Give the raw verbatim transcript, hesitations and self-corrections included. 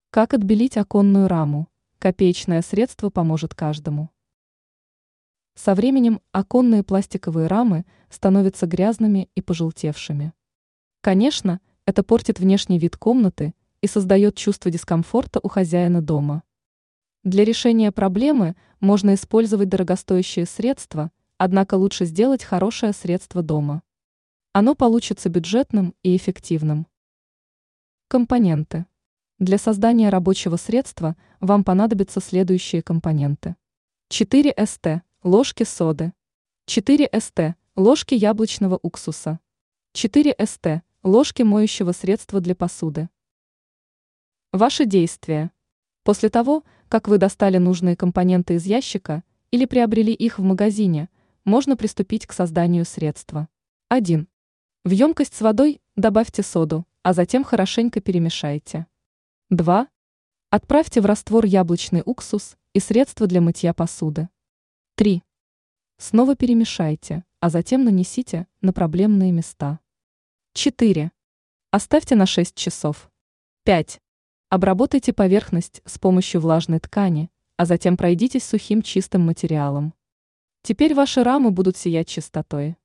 Как отбелить оконную раму? Копеечное средство поможет каждому. Со временем оконные пластиковые рамы становятся грязными и пожелтевшими. Конечно, это портит внешний вид комнаты и создает чувство дискомфорта у хозяина дома. Для решения проблемы можно использовать дорогостоящие средства, однако лучше сделать хорошее средство дома. Оно получится бюджетным и эффективным. Компоненты. Для создания рабочего средства вам понадобятся следующие компоненты. четыре эс тэ ложки соды, четыре эс тэ ложки яблочного уксуса, четыре эс тэ ложки моющего средства для посуды. Ваши действия. После того, как вы достали нужные компоненты из ящика или приобрели их в магазине, можно приступить к созданию средства. один. В емкость с водой добавьте соду, а затем хорошенько перемешайте. два. Отправьте в раствор яблочный уксус и средство для мытья посуды. три. Снова перемешайте, а затем нанесите на проблемные места. четыре. Оставьте на шесть часов. пять. Обработайте поверхность с помощью влажной ткани, а затем пройдитесь сухим чистым материалом. Теперь ваши рамы будут сиять чистотой.